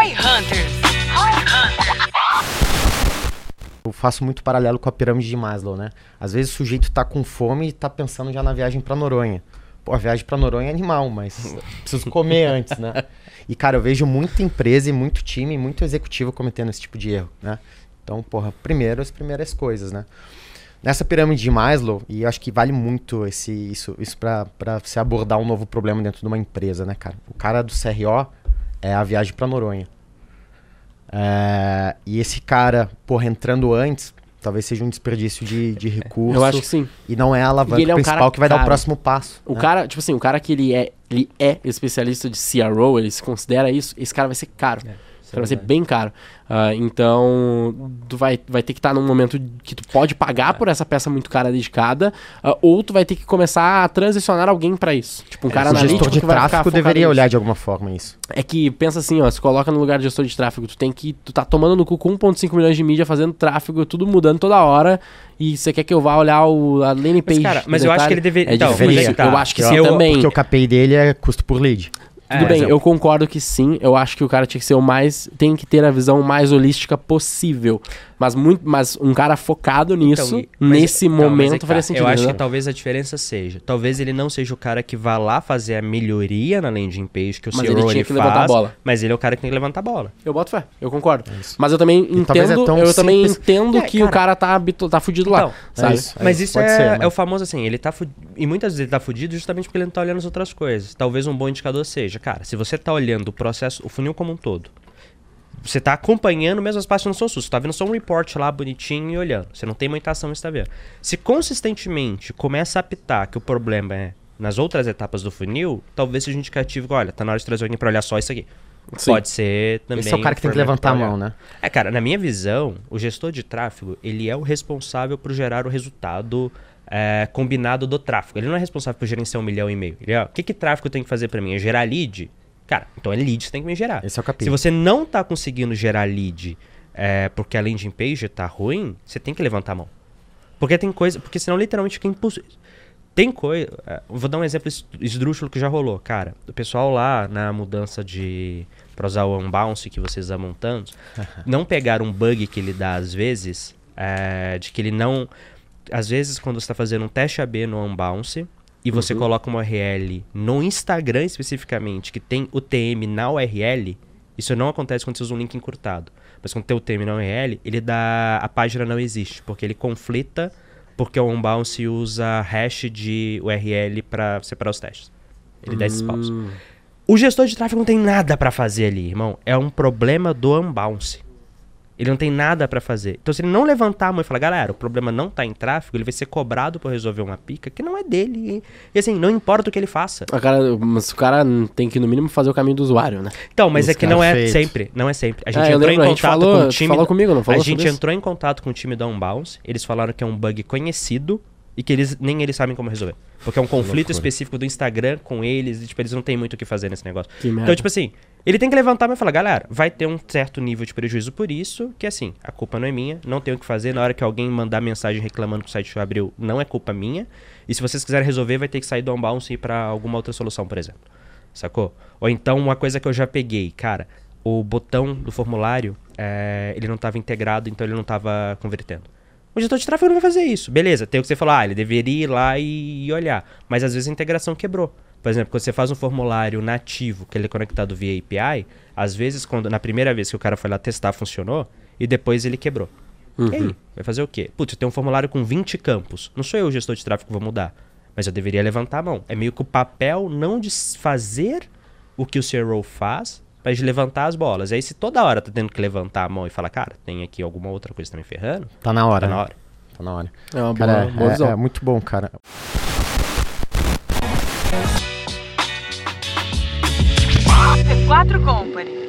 Roy Hunters. Eu faço muito paralelo com a pirâmide de Maslow, né? Às vezes o sujeito tá com fome e tá pensando já na viagem pra Noronha. Pô, a viagem pra Noronha é animal, mas preciso comer antes, né? E, cara, eu vejo muita empresa e muito time, muito executivo cometendo esse tipo de erro, né? Então, porra, primeiro as primeiras coisas, né? Nessa pirâmide de Maslow, e eu acho que vale muito isso pra você abordar um novo problema dentro de uma empresa, né, cara? O cara do CRO é a viagem pra Noronha. E esse cara, porra, entrando antes, talvez seja um desperdício de recurso. Eu acho que sim. E não é a alavanca ele é um principal cara que vai dar o próximo passo. O né? cara, tipo assim, o cara que ele é especialista de CRO, ele se considera isso, esse cara vai ser caro. Esse cara vai ser bem caro. Então, tu vai ter que estar num momento que tu pode pagar por essa peça muito cara dedicada, ou tu vai ter que começar a transicionar alguém pra isso. Tipo, um cara analítico gestor de que vai ficar tráfego focado deveria nisso. olhar de alguma forma isso. É que pensa assim, ó, se coloca no lugar de gestor de tráfego, tu tá tomando no cu com 1.5 milhões de mídia, fazendo tráfego, tudo mudando toda hora, e você quer que eu vá olhar a landing page. Mas, cara, mas eu acho que ele deveria... Então, deveria. eu acho que sim também. Porque o KPI dele é custo por lead. Tudo bem, eu concordo que sim. Eu acho que o cara tinha que ser tem que ter a visão mais holística possível. Mas um cara focado nisso, nesse momento, faria sentido. Eu acho né? que talvez a diferença seja... Talvez ele não seja o cara que vá lá fazer a melhoria na landing page que o CRO ele levantar a bola. Mas ele é o cara que tem que levantar a bola. Eu boto fé, eu concordo. Mas eu também simples. entendo que o cara tá fudido lá, sabe? Mas isso é o famoso assim, ele tá fudido. E muitas vezes ele tá fudido justamente porque ele não tá olhando as outras coisas. Talvez um bom indicador seja, cara, se você tá olhando o processo, o funil como um todo, você tá acompanhando mesmo as partes não são suas. Você tá vendo só um report lá bonitinho e olhando. Você não tem muita ação, você tá vendo. Se consistentemente começa a apitar que o problema é nas outras etapas do funil, talvez seja um indicativo que, olha, tá na hora de trazer alguém pra olhar só isso aqui. Sim. Pode ser também... Esse é o cara que tem que levantar a mão, né? Cara, na minha visão, o gestor de tráfego, ele é o responsável por gerar o resultado combinado do tráfego. Ele não é responsável por gerenciar 1,5 milhão. Ele o que tráfego tem que fazer pra mim? É gerar lead? Cara, então é lead que você tem que me gerar. Esse é o capítulo. Se você não tá conseguindo gerar lead porque a landing page tá ruim, você tem que levantar a mão. Porque tem coisa... Porque senão literalmente fica impossível. Tem coisa... vou dar um exemplo esdrúxulo que já rolou. Cara, o pessoal lá na mudança pra usar o unbounce que vocês amam tanto, não pegaram um bug que ele dá às vezes, de que ele não... Às vezes quando você tá fazendo um teste AB no unbounce e você coloca uma URL no Instagram especificamente que tem o TM na URL, isso não acontece quando você usa um link encurtado. Mas quando tem o TM na URL, a página não existe, porque ele conflita, porque o unbounce usa hash de URL para separar os testes. Ele dá esses paus. O gestor de tráfego não tem nada para fazer ali, irmão. É um problema do unbounce. Ele não tem nada pra fazer. Então, se ele não levantar a mão e falar, galera, o problema não tá em tráfego, ele vai ser cobrado por resolver uma pica que não é dele. E assim, não importa o que ele faça. Mas o cara tem que, no mínimo, fazer o caminho do usuário, né? Então, mas é que não é sempre. Não é sempre. A gente entrou em contato com o time... falou comigo, não falou? A gente entrou em contato com o time da Unbounce. Eles falaram que é um bug conhecido e que nem eles sabem como resolver. Porque é um conflito específico do Instagram com eles e, tipo, eles não têm muito o que fazer nesse negócio. Então, tipo assim... Ele tem que levantar e falar, galera, vai ter um certo nível de prejuízo por isso, que assim, a culpa não é minha, não tenho o que fazer. Na hora que alguém mandar mensagem reclamando que o site abriu, não é culpa minha. E se vocês quiserem resolver, vai ter que sair do unbounce e ir pra alguma outra solução, por exemplo. Sacou? Ou então, uma coisa que eu já peguei, cara, o botão do formulário, ele não estava integrado, então ele não estava convertendo. O gestor de tráfego não vai fazer isso. Beleza, tem o que você falar, ele deveria ir lá e olhar. Mas às vezes a integração quebrou. Por exemplo, quando você faz um formulário nativo, que ele é conectado via API, às vezes, na primeira vez que o cara foi lá testar, funcionou, e depois ele quebrou. E aí? Vai fazer o quê? Putz, eu tenho um formulário com 20 campos. Não sou eu o gestor de tráfego que vou mudar. Mas eu deveria levantar a mão. É meio que o papel não de fazer o que o CRO faz, mas de levantar as bolas. E aí, se toda hora tá tendo que levantar a mão e falar, cara, tem aqui alguma outra coisa que tá me ferrando... Tá na hora. Tá na hora. Tá na hora. É uma cara, boa visão. É muito bom, cara. C4 Company.